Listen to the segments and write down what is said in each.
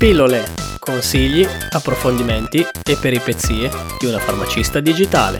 Pillole, consigli, approfondimenti e peripezie di una farmacista digitale.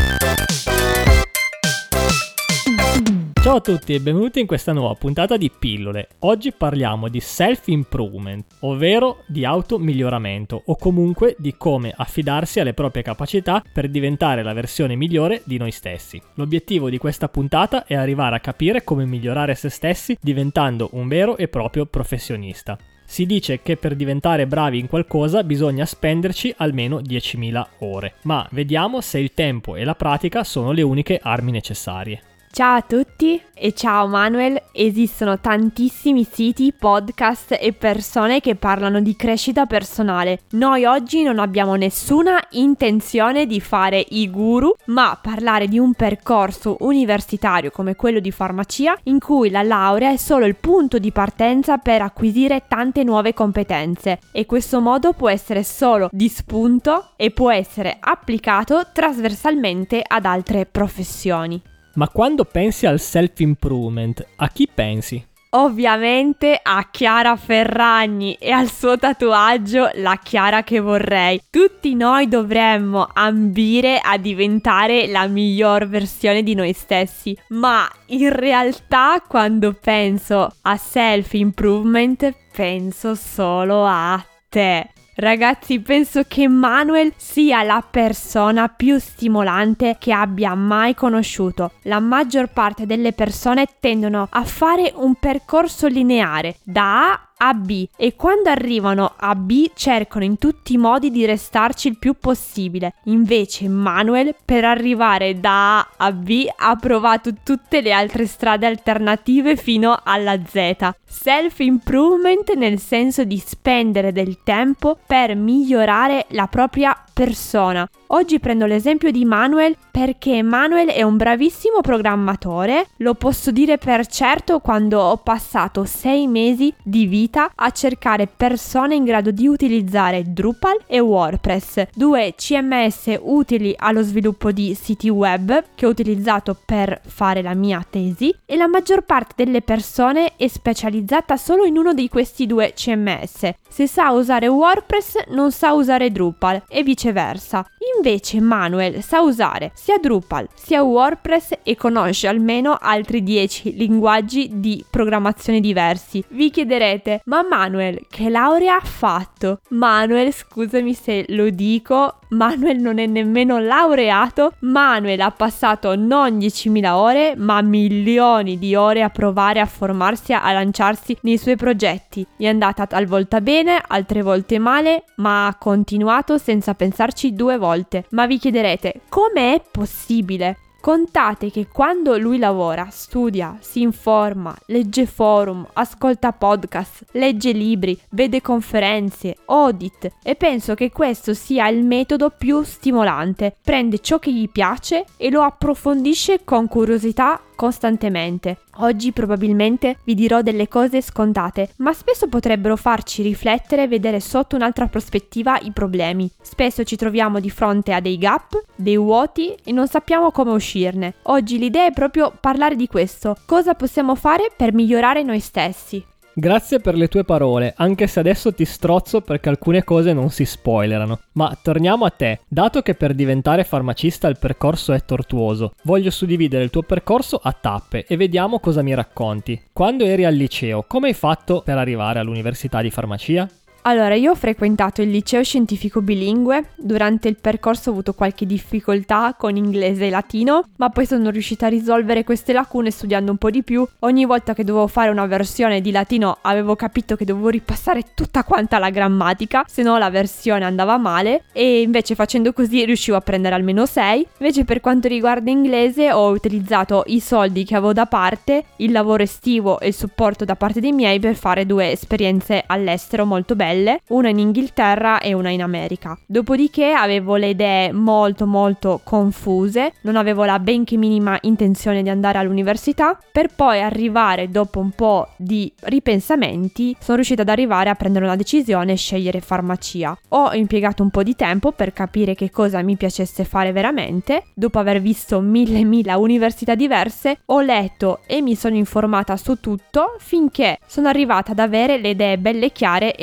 Ciao a tutti e benvenuti in questa nuova puntata di Pillole. Oggi parliamo di self-improvement, ovvero di automiglioramento o comunque di come affidarsi alle proprie capacità per diventare la versione migliore di noi stessi. L'obiettivo di questa puntata è arrivare a capire come migliorare se stessi diventando un vero e proprio professionista. Si dice che per diventare bravi in qualcosa bisogna spenderci almeno 10.000 ore, ma vediamo se il tempo e la pratica sono le uniche armi necessarie. Ciao a tutti e ciao Manuel, esistono tantissimi siti, podcast e persone che parlano di crescita personale. Noi oggi non abbiamo nessuna intenzione di fare i guru, ma parlare di un percorso universitario come quello di farmacia in cui la laurea è solo il punto di partenza per acquisire tante nuove competenze e questo modo può essere solo di spunto e può essere applicato trasversalmente ad altre professioni. Ma quando pensi al self-improvement, a chi pensi? Ovviamente a Chiara Ferragni e al suo tatuaggio La Chiara che vorrei. Tutti noi dovremmo ambire a diventare la miglior versione di noi stessi, ma in realtà quando penso a self-improvement penso solo a te. Ragazzi, penso che Manuel sia la persona più stimolante che abbia mai conosciuto. La maggior parte delle persone tendono a fare un percorso lineare da A a B e quando arrivano a B cercano in tutti i modi di restarci il più possibile. Invece Manuel per arrivare da A a B ha provato tutte le altre strade alternative fino alla Z. Self-improvement nel senso di spendere del tempo per migliorare la propria persona. Oggi prendo l'esempio di Manuel perché Manuel è un bravissimo programmatore, lo posso dire per certo quando ho passato 6 mesi di vita a cercare persone in grado di utilizzare Drupal e WordPress, due CMS utili allo sviluppo di siti web che ho utilizzato per fare la mia tesi e la maggior parte delle persone è specializzata solo in uno di questi due CMS. Se sa usare WordPress non sa usare Drupal e viceversa. Invece Manuel sa usare sia Drupal sia WordPress e conosce almeno altri 10 linguaggi di programmazione diversi. Vi chiederete, ma Manuel che laurea ha fatto? Manuel, scusami se lo dico, Manuel non è nemmeno laureato. Manuel ha passato non 10.000 ore ma milioni di ore a provare a formarsi, a lanciarsi nei suoi progetti. Gli è andata talvolta bene, altre volte male, ma ha continuato senza pensarci 2 volte. Ma vi chiederete, come è possibile? Contate che quando lui lavora, studia, si informa, legge forum, ascolta podcast, legge libri, vede conferenze, audit e penso che questo sia il metodo più stimolante. Prende ciò che gli piace e lo approfondisce con curiosità costantemente. Oggi probabilmente vi dirò delle cose scontate, ma spesso potrebbero farci riflettere e vedere sotto un'altra prospettiva i problemi. Spesso ci troviamo di fronte a dei gap, dei vuoti e non sappiamo come uscirne. Oggi l'idea è proprio parlare di questo. Cosa possiamo fare per migliorare noi stessi? Grazie per le tue parole, anche se adesso ti strozzo perché alcune cose non si spoilerano. Ma torniamo a te. Dato che per diventare farmacista il percorso è tortuoso, voglio suddividere il tuo percorso a tappe e vediamo cosa mi racconti. Quando eri al liceo, come hai fatto per arrivare all'università di farmacia? Allora, io ho frequentato il liceo scientifico bilingue, durante il percorso ho avuto qualche difficoltà con inglese e latino, ma poi sono riuscita a risolvere queste lacune studiando un po' di più. Ogni volta che dovevo fare una versione di latino avevo capito che dovevo ripassare tutta quanta la grammatica, se no la versione andava male e invece facendo così riuscivo a prendere almeno 6. Invece per quanto riguarda inglese ho utilizzato i soldi che avevo da parte, il lavoro estivo e il supporto da parte dei miei per fare 2 esperienze all'estero molto belle, una in Inghilterra e una in America. Dopodiché avevo le idee molto confuse, non avevo la benché minima intenzione di andare all'università, per poi arrivare dopo un po' di ripensamenti, sono riuscita ad arrivare a prendere una decisione e scegliere farmacia. Ho impiegato un po' di tempo per capire che cosa mi piacesse fare veramente. Dopo aver visto mille università diverse, ho letto e mi sono informata su tutto finché sono arrivata ad avere le idee belle chiare e scegliere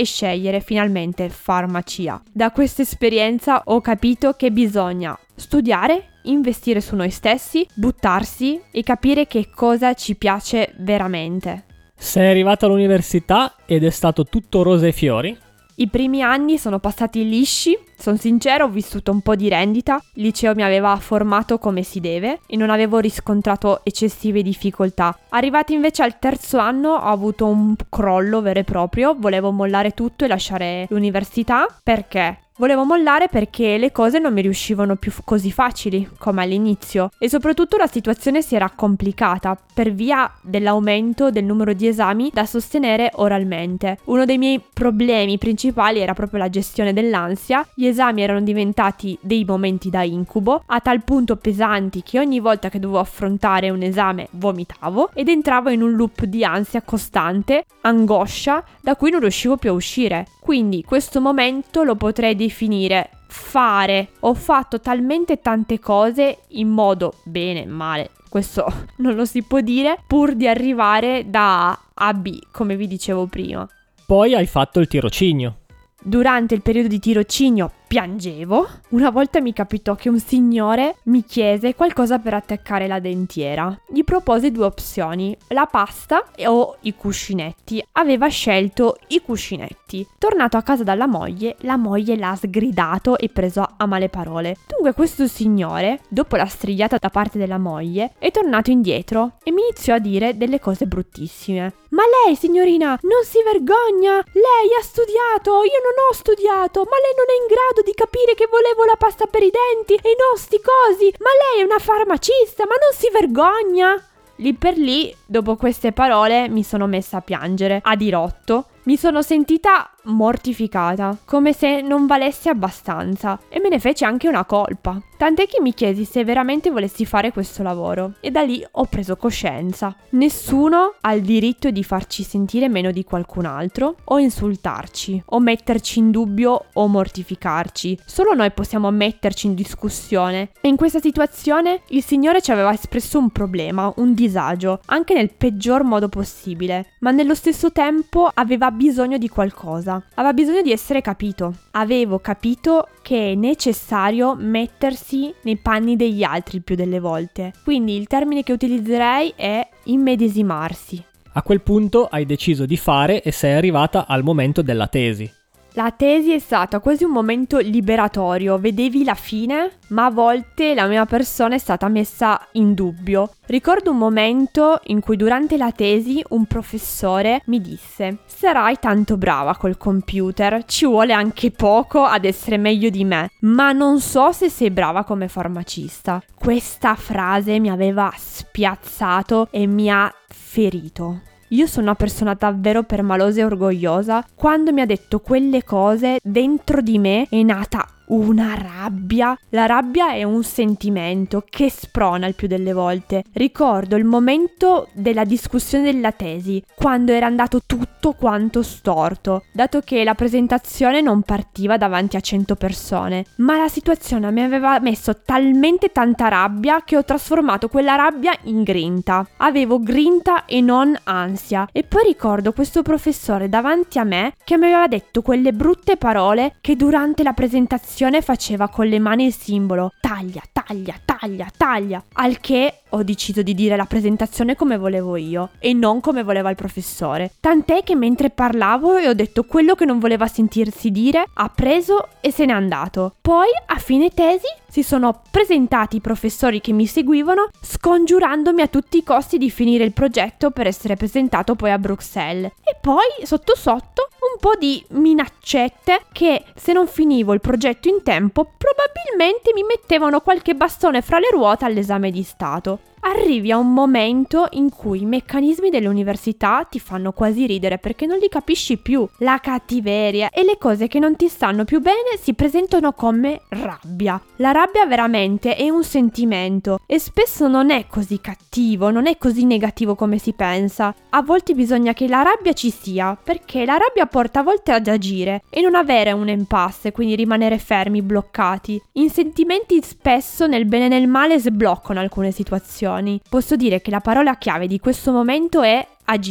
scegliere finalmente farmacia. Da questa esperienza ho capito che bisogna studiare, investire su noi stessi, buttarsi e capire che cosa ci piace veramente. Sei arrivata all'università ed è stato tutto rose e fiori? I primi anni sono passati lisci, sono sincera, ho vissuto un po' di rendita, il liceo mi aveva formato come si deve e non avevo riscontrato eccessive difficoltà. Arrivati invece al terzo anno ho avuto un crollo vero e proprio, volevo mollare tutto e lasciare l'università. Perché? Volevo mollare perché le cose non mi riuscivano più così facili come all'inizio e soprattutto la situazione si era complicata per via dell'aumento del numero di esami da sostenere oralmente. Uno dei miei problemi principali era proprio la gestione dell'ansia, gli esami erano diventati dei momenti da incubo, a tal punto pesanti che ogni volta che dovevo affrontare un esame vomitavo ed entravo in un loop di ansia costante, angoscia, da cui non riuscivo più a uscire. Quindi questo momento lo potrei definire fare. Ho fatto talmente tante cose in modo bene, male, questo non lo si può dire, pur di arrivare da A a B, come vi dicevo prima. Poi hai fatto il tirocinio. Durante il periodo di tirocinio piangevo. Una volta mi capitò che un signore mi chiese qualcosa per attaccare la dentiera. Gli propose 2 opzioni, la pasta o i cuscinetti. Aveva scelto i cuscinetti. Tornato a casa dalla moglie, la moglie l'ha sgridato e preso a male parole. Dunque questo signore, dopo la strigliata da parte della moglie, è tornato indietro e mi iniziò a dire delle cose bruttissime. Ma lei, signorina, non si vergogna? Lei ha studiato, io non ho studiato, ma lei non è in grado di capire che volevo la pasta per i denti e non sti cosi, ma lei è una farmacista, ma non si vergogna? Lì per lì, dopo queste parole, mi sono messa a piangere, a dirotto. Mi sono sentita mortificata, come se non valessi abbastanza, e me ne fece anche una colpa. Tant'è che mi chiesi se veramente volessi fare questo lavoro, e da lì ho preso coscienza. Nessuno ha il diritto di farci sentire meno di qualcun altro, o insultarci, o metterci in dubbio o mortificarci. Solo noi possiamo metterci in discussione. E in questa situazione il Signore ci aveva espresso un problema, un disagio, anche nel peggior modo possibile, ma nello stesso tempo aveva bisogno di qualcosa, aveva bisogno di essere capito. Avevo capito che è necessario mettersi nei panni degli altri il più delle volte. Quindi il termine che utilizzerei è immedesimarsi. A quel punto hai deciso di fare e sei arrivata al momento della tesi. La tesi è stata quasi un momento liberatorio, vedevi la fine, ma a volte la mia persona è stata messa in dubbio. Ricordo un momento in cui durante la tesi un professore mi disse: sarai tanto brava col computer, ci vuole anche poco ad essere meglio di me, ma non so se sei brava come farmacista. Questa frase mi aveva spiazzato e mi ha ferito. Io sono una persona davvero permalosa e orgogliosa. Quando mi ha detto quelle cose, dentro di me è nata una rabbia. La rabbia è un sentimento che sprona il più delle volte. Ricordo il momento della discussione della tesi, quando era andato tutto quanto storto, dato che la presentazione non partiva davanti a 100 persone, ma la situazione mi aveva messo talmente tanta rabbia che ho trasformato quella rabbia in grinta. Avevo grinta e non ansia. E poi ricordo questo professore davanti a me che mi aveva detto quelle brutte parole che durante la presentazione faceva con le mani il simbolo taglia, taglia, taglia, taglia, al che ho deciso di dire la presentazione come volevo io e non come voleva il professore. Tant'è che mentre parlavo e ho detto quello che non voleva sentirsi dire, ha preso e se n'è andato. Poi a fine tesi si sono presentati i professori che mi seguivano, scongiurandomi a tutti i costi di finire il progetto per essere presentato poi a Bruxelles. E poi sotto sotto un po' di minaccette che se non finivo il progetto in tempo probabilmente mi mettevano qualche bastone fra le ruote all'esame di Stato. Arrivi a un momento in cui i meccanismi dell'università ti fanno quasi ridere perché non li capisci più. La cattiveria e le cose che non ti stanno più bene si presentano come rabbia. La rabbia veramente è un sentimento e spesso non è così cattivo, non è così negativo come si pensa. A volte bisogna che la rabbia ci sia, perché la rabbia porta a volte ad agire e non avere un impasse, quindi rimanere fermi, bloccati. I sentimenti spesso nel bene e nel male sbloccano alcune situazioni. Posso dire che la parola chiave di questo momento è agire.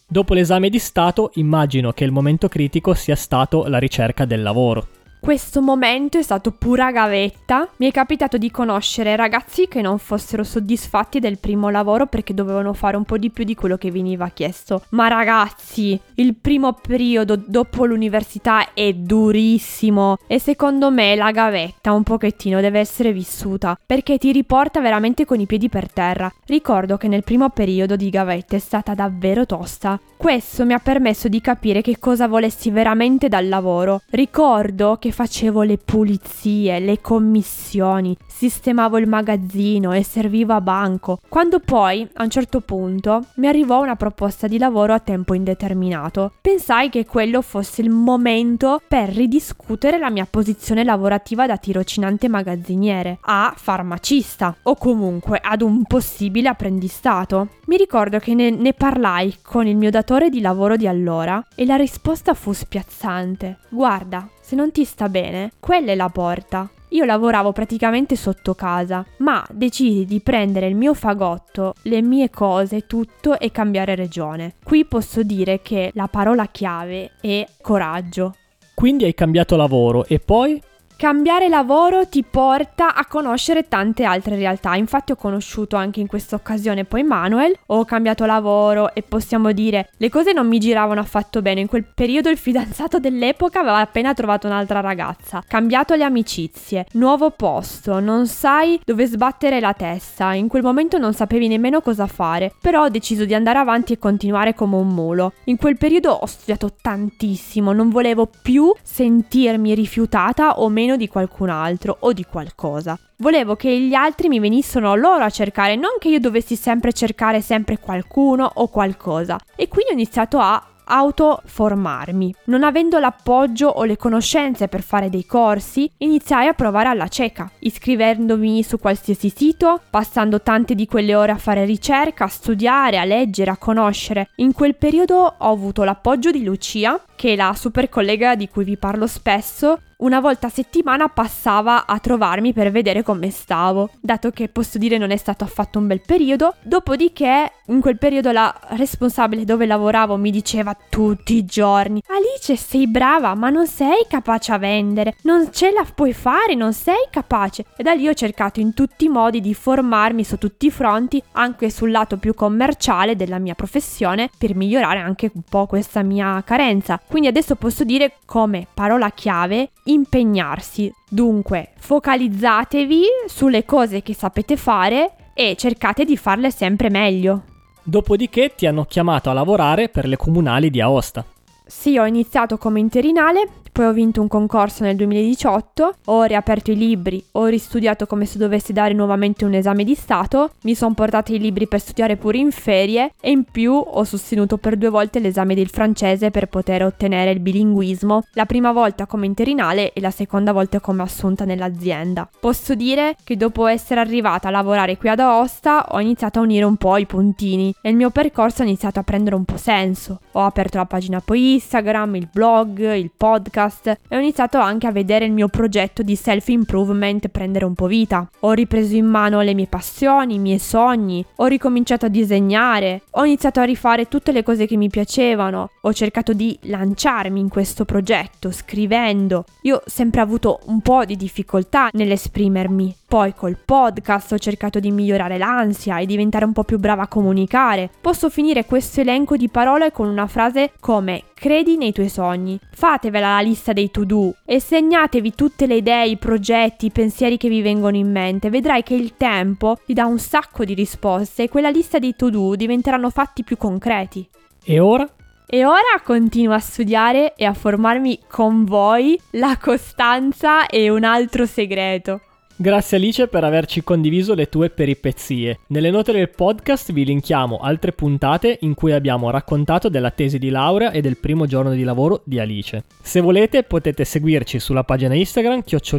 Dopo l'esame di Stato immagino che il momento critico sia stato la ricerca del lavoro. Questo momento è stato pura gavetta. Mi è capitato di conoscere ragazzi che non fossero soddisfatti del primo lavoro perché dovevano fare un po' di più di quello che veniva chiesto. Ma ragazzi, il primo periodo dopo l'università è durissimo e secondo me la gavetta un pochettino deve essere vissuta perché ti riporta veramente con i piedi per terra. Ricordo che nel primo periodo di gavetta è stata davvero tosta. Questo mi ha permesso di capire che cosa volessi veramente dal lavoro. Ricordo che facevo le pulizie, le commissioni, sistemavo il magazzino e servivo a banco. Quando poi, a un certo punto, mi arrivò una proposta di lavoro a tempo indeterminato, pensai che quello fosse il momento per ridiscutere la mia posizione lavorativa da tirocinante magazziniere a farmacista o comunque ad un possibile apprendistato. Mi ricordo che ne parlai con il mio datore di lavoro di allora e la risposta fu spiazzante. Guarda, se non ti sta bene, quella è la porta. Io lavoravo praticamente sotto casa, ma decisi di prendere il mio fagotto, le mie cose, tutto e cambiare regione. Qui posso dire che la parola chiave è coraggio. Quindi hai cambiato lavoro e poi? Cambiare lavoro ti porta a conoscere tante altre realtà, infatti ho conosciuto anche in questa occasione poi Manuel, ho cambiato lavoro e possiamo dire le cose non mi giravano affatto bene, in quel periodo il fidanzato dell'epoca aveva appena trovato un'altra ragazza, cambiato le amicizie, nuovo posto, non sai dove sbattere la testa, in quel momento non sapevi nemmeno cosa fare, però ho deciso di andare avanti e continuare come un mulo. In quel periodo ho studiato tantissimo, non volevo più sentirmi rifiutata o meno di qualcun altro o di qualcosa. Volevo che gli altri mi venissero loro a cercare, non che io dovessi sempre cercare sempre qualcuno o qualcosa. E quindi ho iniziato a autoformarmi. Non avendo l'appoggio o le conoscenze per fare dei corsi, iniziai a provare alla cieca, iscrivendomi su qualsiasi sito, passando tante di quelle ore a fare ricerca, a studiare, a leggere, a conoscere. In quel periodo ho avuto l'appoggio di Lucia, che è la super collega di cui vi parlo spesso. Una volta a settimana passava a trovarmi per vedere come stavo, dato che posso dire non è stato affatto un bel periodo. Dopodiché in quel periodo la responsabile dove lavoravo mi diceva tutti i giorni: Alice, sei brava ma non sei capace a vendere, non ce la puoi fare, non sei capace. E da lì ho cercato in tutti i modi di formarmi su tutti i fronti, anche sul lato più commerciale della mia professione, per migliorare anche un po' questa mia carenza. Quindi adesso posso dire come parola chiave impegnarsi. Dunque, focalizzatevi sulle cose che sapete fare e cercate di farle sempre meglio. Dopodiché ti hanno chiamato a lavorare per le comunali di Aosta. Sì, ho iniziato come interinale, poi ho vinto un concorso nel 2018, ho riaperto i libri, ho ristudiato come se dovessi dare nuovamente un esame di Stato, mi sono portata i libri per studiare pure in ferie e in più ho sostenuto per 2 volte l'esame del francese per poter ottenere il bilinguismo, la prima volta come interinale e la seconda volta come assunta nell'azienda. Posso dire che dopo essere arrivata a lavorare qui ad Aosta ho iniziato a unire un po' i puntini e il mio percorso ha iniziato a prendere un po' senso. Ho aperto la pagina poi Instagram, il blog, il podcast e ho iniziato anche a vedere il mio progetto di self-improvement prendere un po' vita. Ho ripreso in mano le mie passioni, i miei sogni, ho ricominciato a disegnare, ho iniziato a rifare tutte le cose che mi piacevano, ho cercato di lanciarmi in questo progetto scrivendo. Io ho sempre avuto un po' di difficoltà nell'esprimermi. Poi col podcast ho cercato di migliorare l'ansia e diventare un po' più brava a comunicare. Posso finire questo elenco di parole con una frase come: credi nei tuoi sogni, fatevela la lista dei to-do e segnatevi tutte le idee, i progetti, i pensieri che vi vengono in mente. Vedrai che il tempo ti dà un sacco di risposte e quella lista dei to-do diventeranno fatti più concreti. E ora? E ora continuo a studiare e a formarmi con voi. La costanza è un altro segreto. Grazie Alice per averci condiviso le tue peripezie. Nelle note del podcast vi linkiamo altre puntate in cui abbiamo raccontato della tesi di laurea e del primo giorno di lavoro di Alice. Se volete potete seguirci sulla pagina Instagram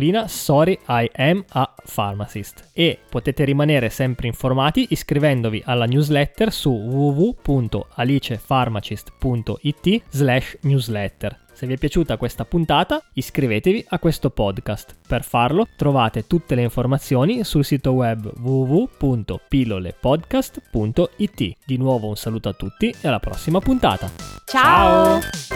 @sorryiampharmacist e potete rimanere sempre informati iscrivendovi alla newsletter su www.alicepharmacist.it/newsletter. Se vi è piaciuta questa puntata, iscrivetevi a questo podcast. Per farlo trovate tutte le informazioni sul sito web www.pillolepodcast.it. Di nuovo un saluto a tutti e alla prossima puntata. Ciao!